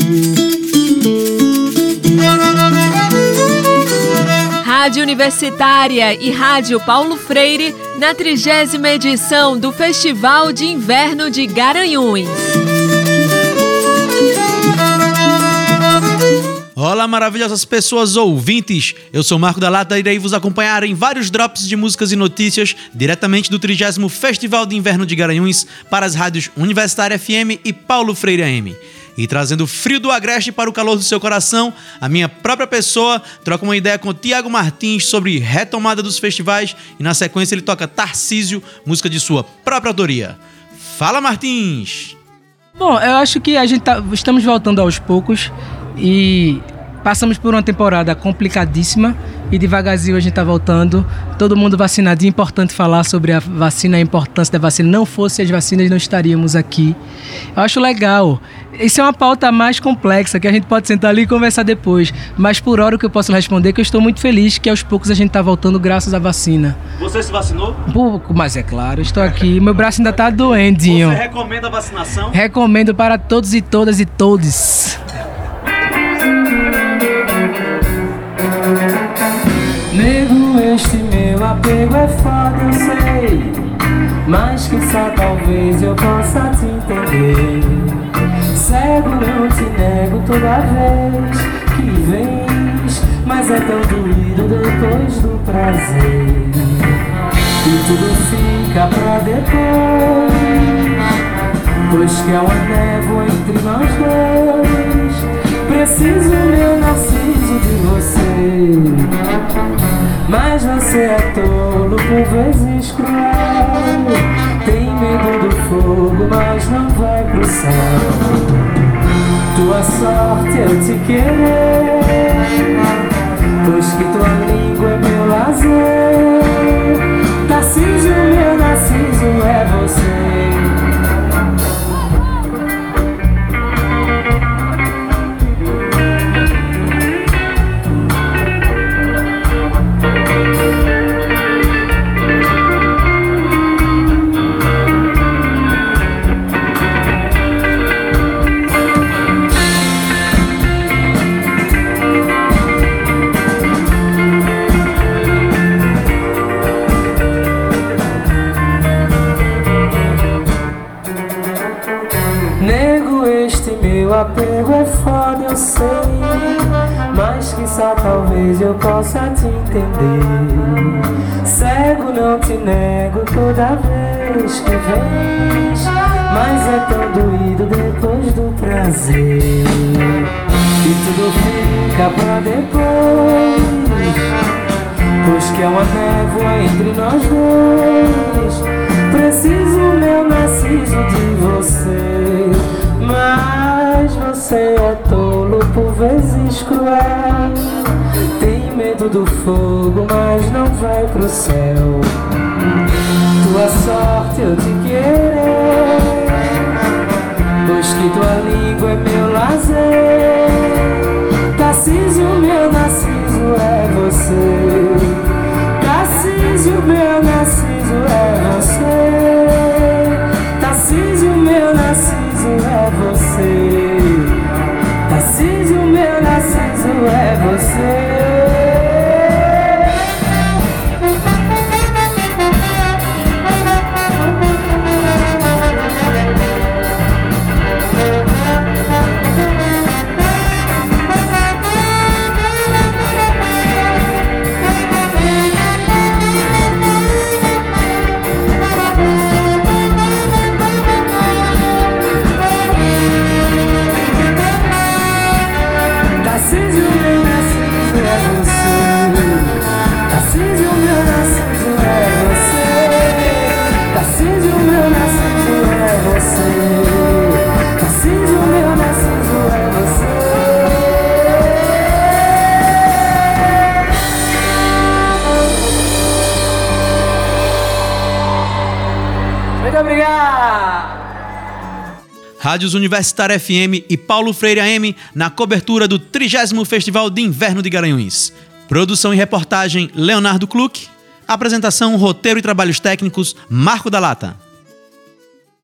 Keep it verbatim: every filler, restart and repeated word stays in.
Rádio Universitária e Rádio Paulo Freire, na trigésima edição do Festival de Inverno de Garanhuns. Olá, maravilhosas pessoas ouvintes! Eu sou Marco da Lata e irei vos acompanhar em vários drops de músicas e notícias diretamente do trigésimo Festival de Inverno de Garanhuns para as rádios Universitária F M e Paulo Freire A M. E trazendo frio do agreste para o calor do seu coração, a minha própria pessoa troca uma ideia com o Tiago Martins sobre retomada dos festivais e na sequência ele toca Tarcísio, música de sua própria autoria. Fala, Martins! Bom, eu acho que a gente tá, estamos voltando aos poucos e passamos por uma temporada complicadíssima e devagarzinho a gente está voltando. Todo mundo vacinado. É importante falar sobre a vacina, a importância da vacina. Não fosse as vacinas, não estaríamos aqui. Eu acho legal. Isso é uma pauta mais complexa, que a gente pode sentar ali e conversar depois. Mas por hora o que eu posso responder é que eu estou muito feliz que aos poucos a gente está voltando graças à vacina. Você se vacinou? Pouco, mas é claro, estou aqui. Meu braço ainda está doendinho. Você recomenda a vacinação? Recomendo para todos e todas e todes. Nego, este meu apego é foda, eu sei, mas que só talvez eu possa te entender. Cego, eu te nego toda vez que vens, mas é tão doído depois do prazer. E tudo fica pra depois, pois que é uma névoa entre nós dois. Preciso, meu Narciso, de você, mas você é tolo, por vezes cruel. Tem medo do fogo, mas não vai pro céu. Tua sorte é eu te querer, pois que tua língua é meu lazer. Tarcísio, meu Narciso, é você. Apego é foda, eu sei, mas que só talvez eu possa te entender. Cego, não te nego toda vez que vens, mas é tão doído depois do prazer. E tudo fica pra depois, pois que é uma névoa entre nós dois. Preciso, meu Narciso, de você, mas você é tolo, por vezes cruel. Tem medo do fogo, mas não vai pro céu. Tua sorte eu te querer, pois que tua língua é meu lazer. Tarcísio, meu Narciso, é você. Tarcísio, meu Narciso, é você. Tarcísio, meu Narciso, é você. Tarcísio, meu Narciso, é você. Rádios Universitária F M e Paulo Freire A M na cobertura do trigésimo Festival de Inverno de Garanhuns. Produção e reportagem Leonardo Kluck. Apresentação, roteiro e trabalhos técnicos Marco da Lata.